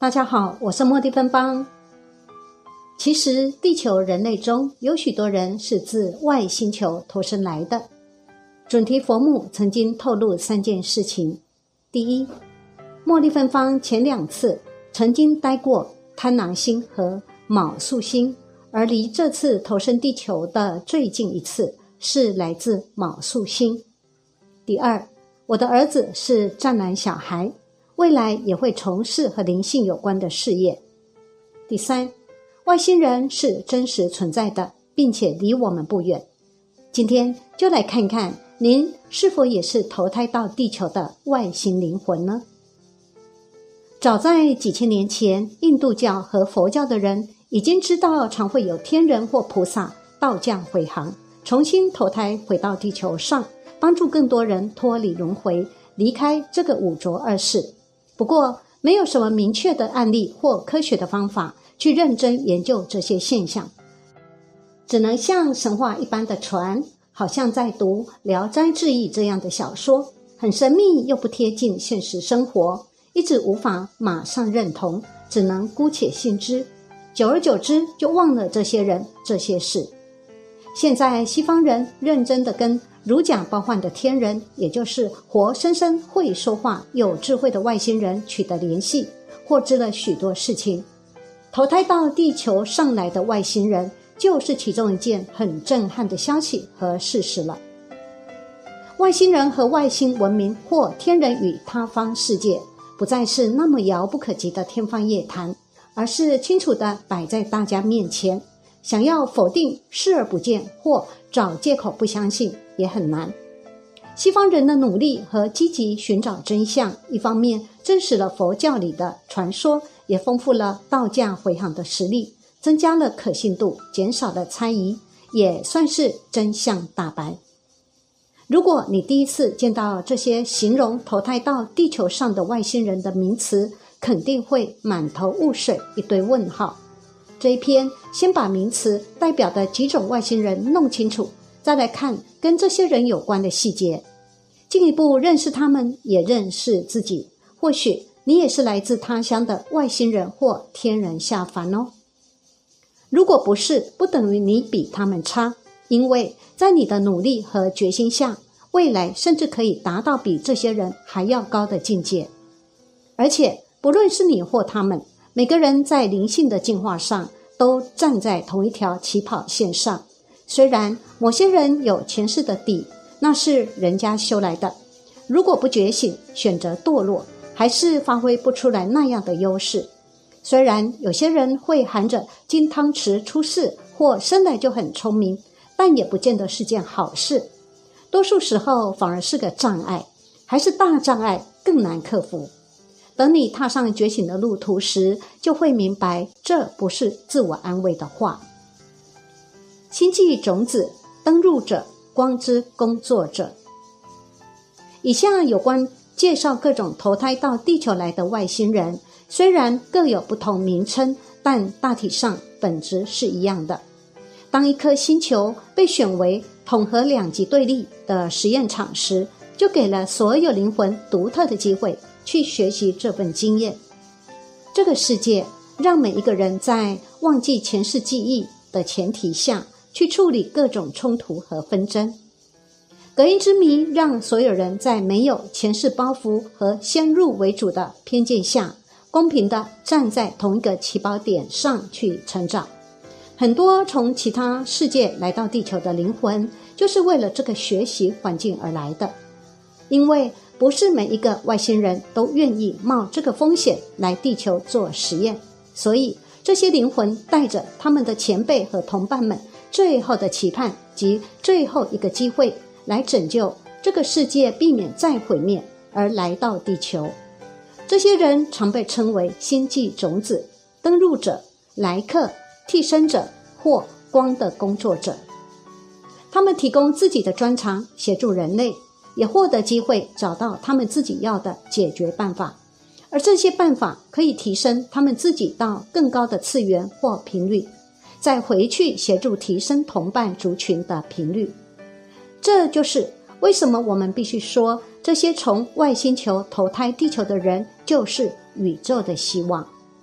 大家好，我是茉莉芬芳。其实地球人类中有许多人是自外星球投生来的。准提佛母曾经透露3件事情。第一，茉莉芬芳前2次曾经待过贪狼星和卯宿星，而离这次投生地球的最近一次是来自卯宿星。第二，我的儿子是湛蓝小孩，未来也会从事和灵性有关的事业。第三，外星人是真实存在的，并且离我们不远。今天就来看看您是否也是投胎到地球的外星灵魂呢？早在几千年前，印度教和佛教的人已经知道常会有天人或菩萨道降回航，重新投胎回到地球上，帮助更多人脱离轮回，离开这个五浊恶世。不过没有什么明确的案例或科学的方法去认真研究这些现象，只能像神话一般的传，好像在读《聊斋志异》这样的小说，很神秘又不贴近现实生活，一直无法马上认同，只能姑且信之，久而久之就忘了这些人这些事。现在西方人认真的跟如假包换的天人，也就是活生生会说话有智慧的外星人取得联系，获知了许多事情。投胎到地球上来的外星人就是其中一件很震撼的消息和事实了。外星人和外星文明或天人与他方世界不再是那么遥不可及的天方夜谭，而是清楚地摆在大家面前，想要否定视而不见或找借口不相信也很难。西方人的努力和积极寻找真相，一方面证实了佛教里的传说，也丰富了道驾回航的实力，增加了可信度，减少了猜疑，也算是真相大白。如果你第一次见到这些形容投胎到地球上的外星人的名词，肯定会满头雾水，一堆问号。这一篇先把名词代表的几种外星人弄清楚，再来看跟这些人有关的细节，进一步认识他们，也认识自己。或许你也是来自他乡的外星人或天人下凡哦。如果不是，不等于你比他们差，因为在你的努力和决心下，未来甚至可以达到比这些人还要高的境界。而且不论是你或他们，每个人在灵性的进化上都站在同一条起跑线上。虽然某些人有前世的底，那是人家修来的，如果不觉醒，选择堕落，还是发挥不出来那样的优势。虽然有些人会含着金汤匙出世，或生来就很聪明，但也不见得是件好事。多数时候反而是个障碍，还是大障碍，更难克服。等你踏上觉醒的路途时，就会明白这不是自我安慰的话。星际种子登入者，光之工作者。以下有关介绍各种投胎到地球来的外星人，虽然各有不同名称，但大体上本质是一样的。当一颗星球被选为统合2极对立的实验场时，就给了所有灵魂独特的机会去学习这份经验。这个世界让每一个人在忘记前世记忆的前提下去处理各种冲突和纷争。隔音之谜让所有人在没有前世包袱和先入为主的偏见下，公平地站在同一个起跑点上去成长。很多从其他世界来到地球的灵魂，就是为了这个学习环境而来的。因为不是每一个外星人都愿意冒这个风险来地球做实验，所以这些灵魂带着他们的前辈和同伴们最后的期盼及最后一个机会，来拯救这个世界，避免再毁灭，而来到地球。这些人常被称为星际种子、登入者、来客、替身者或光的工作者。他们提供自己的专长，协助人类，也获得机会找到他们自己要的解决办法，而这些办法可以提升他们自己到更高的次元或频率，再回去协助提升同伴族群的频率。这就是为什么我们必须说，这些从外星球投胎地球的人就是宇宙的希望。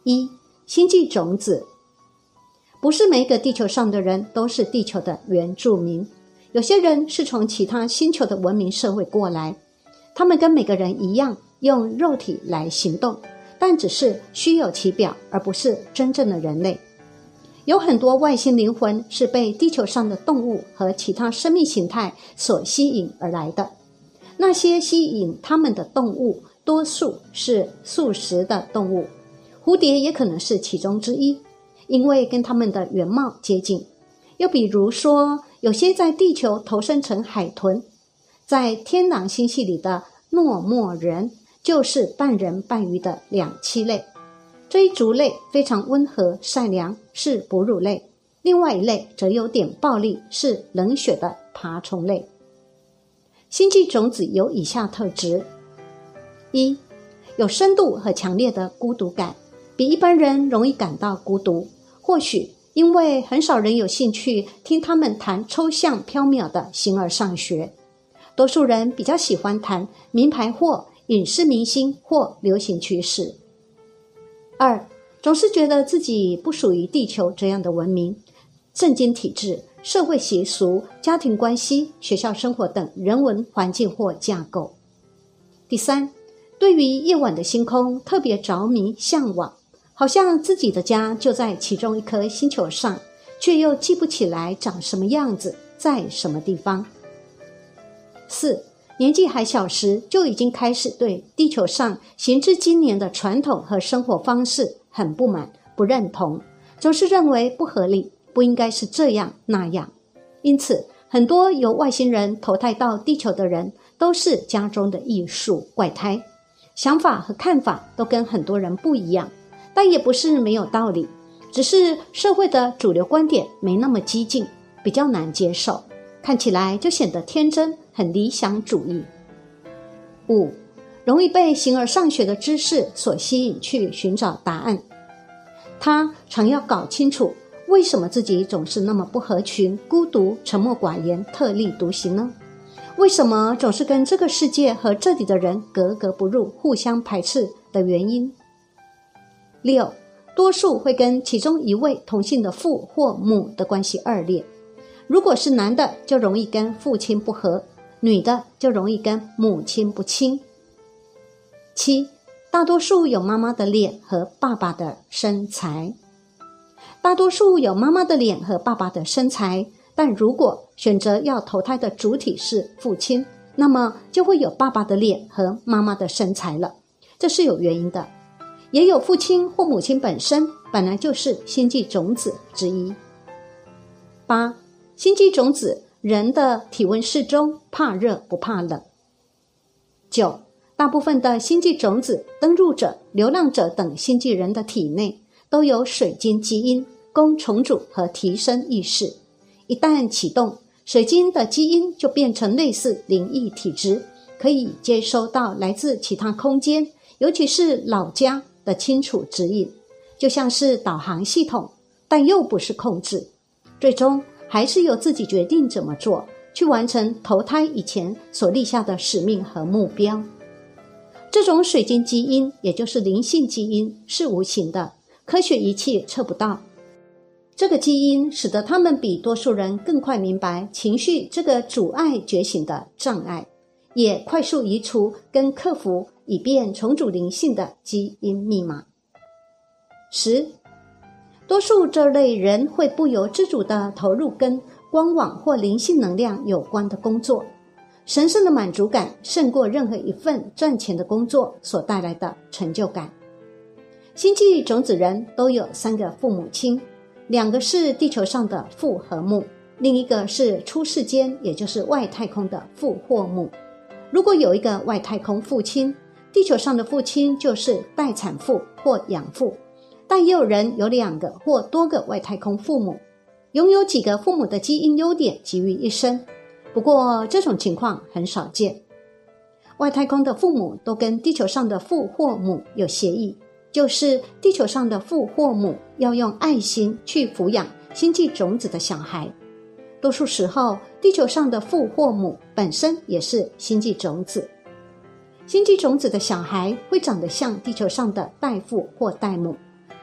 一、星际种子。不是每个地球上的人都是地球的原住民，有些人是从其他星球的文明社会过来，他们跟每个人一样用肉体来行动，但只是虚有其表，而不是真正的人类。有很多外星灵魂是被地球上的动物和其他生命形态所吸引而来的，那些吸引他们的动物多数是素食的动物，蝴蝶也可能是其中之一，因为跟他们的原貌接近。又比如说，有些在地球投生成海豚，在天狼星系里的诺莫人就是半人半鱼的两栖类。这一族类非常温和善良，是哺乳类，另外一类则有点暴力，是冷血的爬虫类。星际种子有以下特质：一、有深度和强烈的孤独感，比一般人容易感到孤独，或许因为很少人有兴趣听他们谈抽象缥缈的形而上学，多数人比较喜欢谈名牌货、影视明星或流行趋势。二、总是觉得自己不属于地球这样的文明、政经体制、社会习俗、家庭关系、学校生活等人文环境或架构。第三，对于夜晚的星空特别着迷向往，好像自己的家就在其中一颗星球上，却又记不起来长什么样子，在什么地方。四、年纪还小时就已经开始对地球上行之今年的传统和生活方式很不满、不认同，总是认为不合理，不应该是这样那样。因此，很多由外星人投胎到地球的人都是家中的艺术怪胎，想法和看法都跟很多人不一样，但也不是没有道理，只是社会的主流观点没那么激进，比较难接受，看起来就显得天真，很理想主义。五、容易被形而上学的知识所吸引去寻找答案。他常要搞清楚为什么自己总是那么不合群、孤独、沉默寡言、特立独行呢？为什么总是跟这个世界和这里的人格格不入、互相排斥的原因。六、多数会跟其中一位同性的父或母的关系恶劣，如果是男的就容易跟父亲不和，女的就容易跟母亲不亲。七、大多数有妈妈的脸和爸爸的身材。大多数有妈妈的脸和爸爸的身材，但如果选择要投胎的主体是父亲，那么就会有爸爸的脸和妈妈的身材了，这是有原因的。也有父亲或母亲本身本来就是星际种子之一。八、星际种子人的体温适中，怕热不怕冷。九、大部分的星际种子登陆者、流浪者等星际人的体内都有水晶基因，供重组和提升意识。一旦启动，水晶的基因就变成类似灵异体质，可以接收到来自其他空间，尤其是老家的清楚指引，就像是导航系统，但又不是控制，最终还是由自己决定怎么做，去完成投胎以前所立下的使命和目标。这种水晶基因，也就是灵性基因，是无形的，科学仪器测不到。这个基因使得他们比多数人更快明白情绪这个阻碍觉醒的障碍，也快速移除跟克服以便重组灵性的基因密码。10. 多数这类人会不由自主地投入跟光网或灵性能量有关的工作，神圣的满足感胜过任何一份赚钱的工作所带来的成就感。星际种子人都有3个父母亲，2个是地球上的父和母，另一个是出世间，也就是外太空的父或母。如果有一个外太空父亲，地球上的父亲就是待产父或养父，但也有人有2个或多个外太空父母，拥有几个父母的基因优点集于一身。不过这种情况很少见。外太空的父母都跟地球上的父或母有协议，就是地球上的父或母要用爱心去抚养星际种子的小孩。多数时候，地球上的父或母本身也是星际种子。星际种子的小孩会长得像地球上的代父或代母，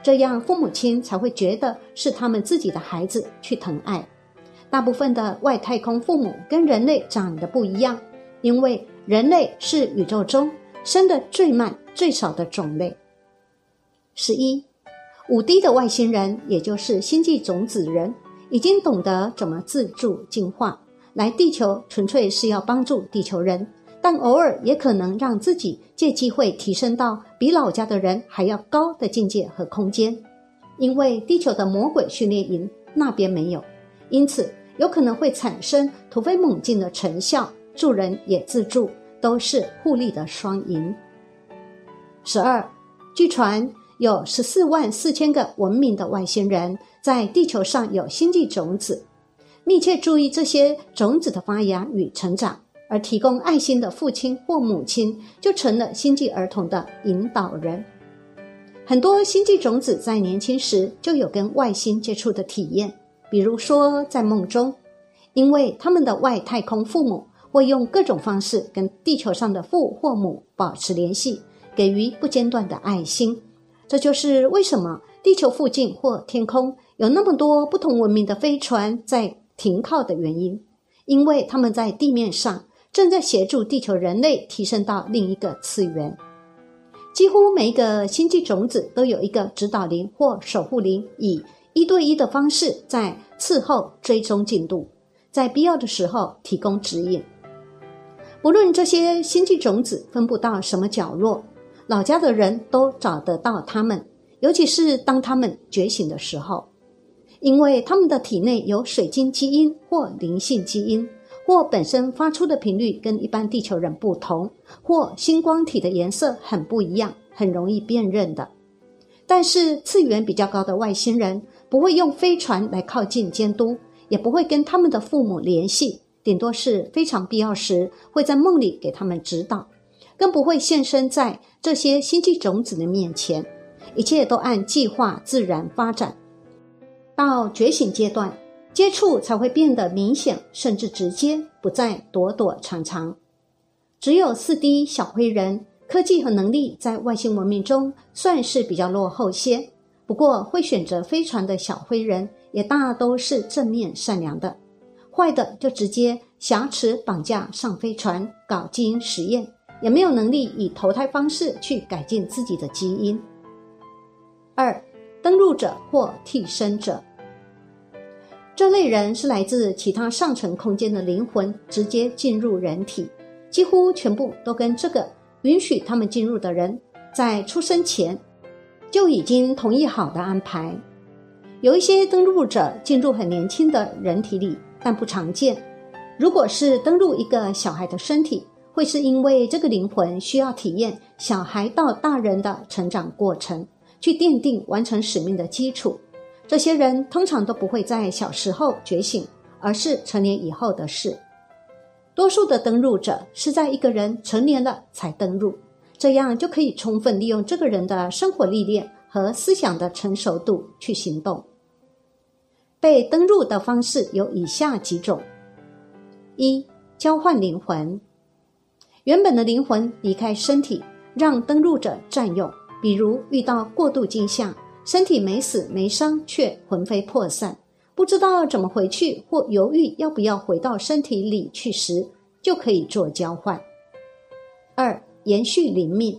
这样父母亲才会觉得是他们自己的孩子去疼爱。大部分的外太空父母跟人类长得不一样，因为人类是宇宙中生得最慢最少的种类。11. 5D 的外星人，也就是星际种子人，已经懂得怎么自助进化，来地球纯粹是要帮助地球人，但偶尔也可能让自己借机会提升到比老家的人还要高的境界和空间。因为地球的魔鬼训练营那边没有，因此有可能会产生突飞猛进的成效，助人也自助，都是互利的双赢。12. 据传有14万4千个文明的外星人在地球上有星际种子，密切注意这些种子的发芽与成长，而提供爱心的父亲或母亲就成了星际儿童的引导人。很多星际种子在年轻时就有跟外星接触的体验，比如说在梦中，因为他们的外太空父母会用各种方式跟地球上的父或母保持联系，给予不间断的爱心。这就是为什么地球附近或天空有那么多不同文明的飞船在停靠的原因，因为他们在地面上正在协助地球人类提升到另一个次元。几乎每一个星际种子都有一个指导灵或守护灵，以1对1的方式在伺候追踪进度，在必要的时候提供指引。不论这些星际种子分布到什么角落，老家的人都找得到他们，尤其是当他们觉醒的时候，因为他们的体内有水晶基因或灵性基因，或本身发出的频率跟一般地球人不同，或星光体的颜色很不一样，很容易辨认的。但是次元比较高的外星人不会用飞船来靠近监督，也不会跟他们的父母联系，顶多是非常必要时会在梦里给他们指导，更不会现身在这些星际种子的面前，一切都按计划自然发展。到觉醒阶段，接触才会变得明显，甚至直接，不再躲躲藏藏。只有 4D 小灰人，科技和能力在外星文明中算是比较落后些，不过会选择飞船的小灰人也大都是正面善良的，坏的就直接挟持绑架上飞船搞基因实验，也没有能力以投胎方式去改进自己的基因。2. 登陆者或替身者，这类人是来自其他上层空间的灵魂直接进入人体，几乎全部都跟这个允许他们进入的人在出生前就已经同意好的安排。有一些登陆者进入很年轻的人体里，但不常见。如果是登入一个小孩的身体，会是因为这个灵魂需要体验小孩到大人的成长过程，去奠定完成使命的基础。这些人通常都不会在小时候觉醒，而是成年以后的事。多数的登入者是在一个人成年了才登入，这样就可以充分利用这个人的生活历练和思想的成熟度去行动。被登入的方式有以下几种。1. 交换灵魂。原本的灵魂离开身体，让登入者占用，比如遇到过度惊吓，身体没死没伤却魂飞魄散，不知道怎么回去或犹豫要不要回到身体里去时，就可以做交换。2. 延续灵命。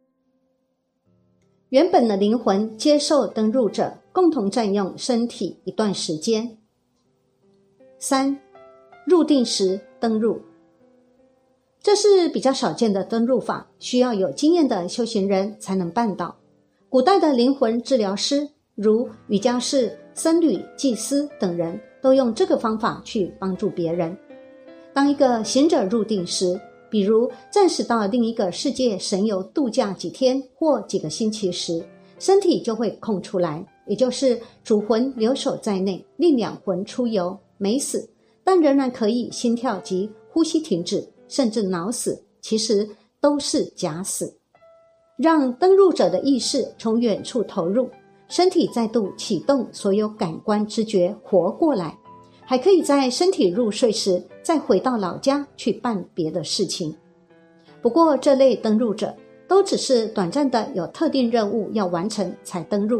原本的灵魂接受登入者共同占用身体一段时间。3. 入定时登入。这是比较少见的登入法，需要有经验的修行人才能办到。古代的灵魂治疗师，如瑜伽士、僧侣、祭司等人，都用这个方法去帮助别人。当一个行者入定时，比如暂时到另一个世界神游度假几天或几个星期时，身体就会空出来，也就是主魂留守在内，另两魂出游，没死，但仍然可以心跳及呼吸停止，甚至脑死，其实都是假死。让登入者的意识从远处投入，身体再度启动所有感官知觉活过来，还可以在身体入睡时再回到老家去办别的事情。不过这类登入者都只是短暂的有特定任务要完成才登入，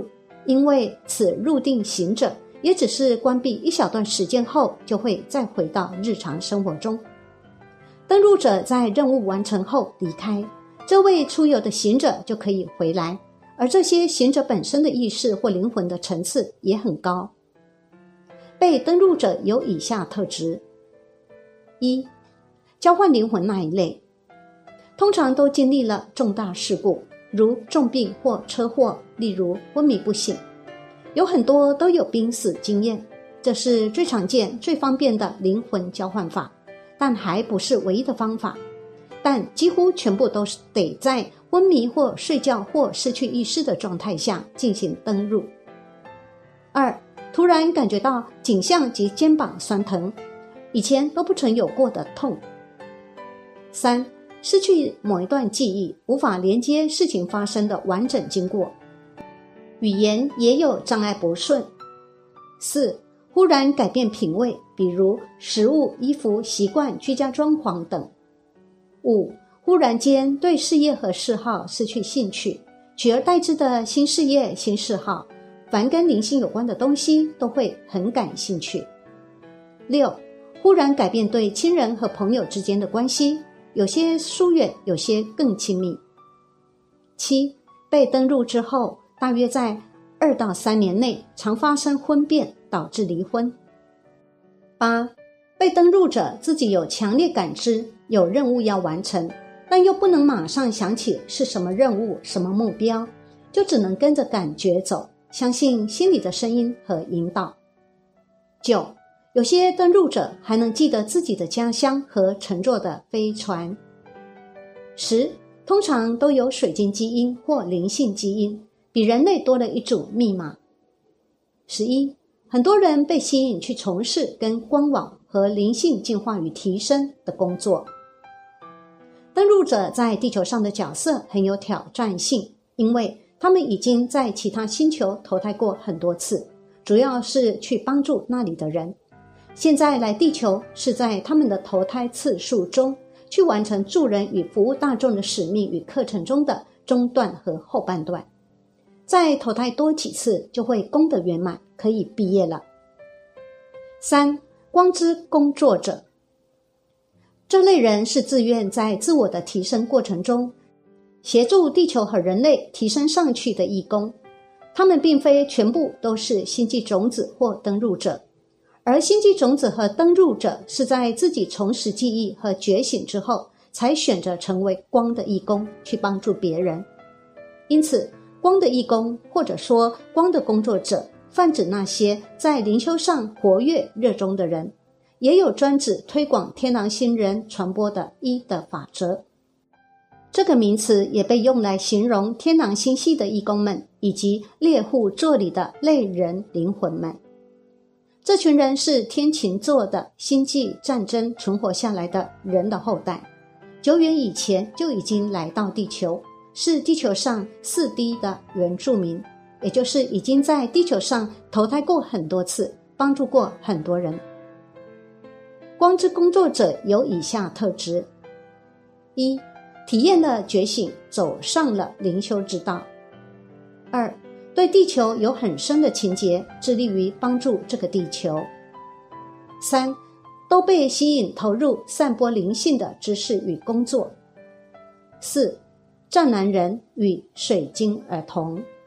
因为此入定行者也只是关闭一小段时间后，就会再回到日常生活中。登入者在任务完成后离开，这位出游的行者就可以回来，而这些行者本身的意识或灵魂的层次也很高。被登入者有以下特质：一、交换灵魂那一类，通常都经历了重大事故，如重病或车祸，例如昏迷不醒，有很多都有濒死经验，这是最常见最方便的灵魂交换法，但还不是唯一的方法，但几乎全部都得在昏迷或睡觉或失去意识的状态下进行登入。二、突然感觉到颈项及肩膀酸疼，以前都不曾有过的痛。三、失去某一段记忆，无法连接事情发生的完整经过，语言也有障碍不顺。四、忽然改变品味，比如食物、衣服、习惯、居家装潢等。五、忽然间对事业和嗜好失去兴趣，取而代之的新事业、新嗜好，凡跟灵性有关的东西都会很感兴趣。六、忽然改变对亲人和朋友之间的关系，有些疏远，有些更亲密。七、被登入之后，大约在2到3年内常发生婚变，导致离婚。八、被登入者自己有强烈感知，有任务要完成，但又不能马上想起是什么任务、什么目标，就只能跟着感觉走，相信心里的声音和引导。九、有些登入者还能记得自己的家乡和乘坐的飞船。10、通常都有水晶基因或灵性基因，比人类多了一组密码。11、很多人被吸引去从事跟光网和灵性进化与提升的工作。登入者在地球上的角色很有挑战性，因为他们已经在其他星球投胎过很多次，主要是去帮助那里的人。现在来地球是在他们的投胎次数中去完成助人与服务大众的使命与课程中的中段和后半段，再投胎多几次就会功德圆满，可以毕业了。3、光之工作者，这类人是自愿在自我的提升过程中协助地球和人类提升上去的义工，他们并非全部都是星际种子或登入者，而星际种子和登入者是在自己重拾记忆和觉醒之后才选择成为光的义工，去帮助别人。因此光的义工或者说光的工作者泛指那些在灵修上活跃热衷的人，也有专指推广天狼星人传播的一的法则。这个名词也被用来形容天狼星系的义工们以及猎户座里的类人灵魂们。这群人是天琴座的星际战争存活下来的人的后代，久远以前就已经来到地球，是地球上4D 的原住民，也就是已经在地球上投胎过很多次，帮助过很多人。光之工作者有以下特质：一、体验了觉醒，走上了灵修之道。2、对地球有很深的情结，致力于帮助这个地球。3、都被吸引投入散播灵性的知识与工作。4、湛蓝人与水晶儿童。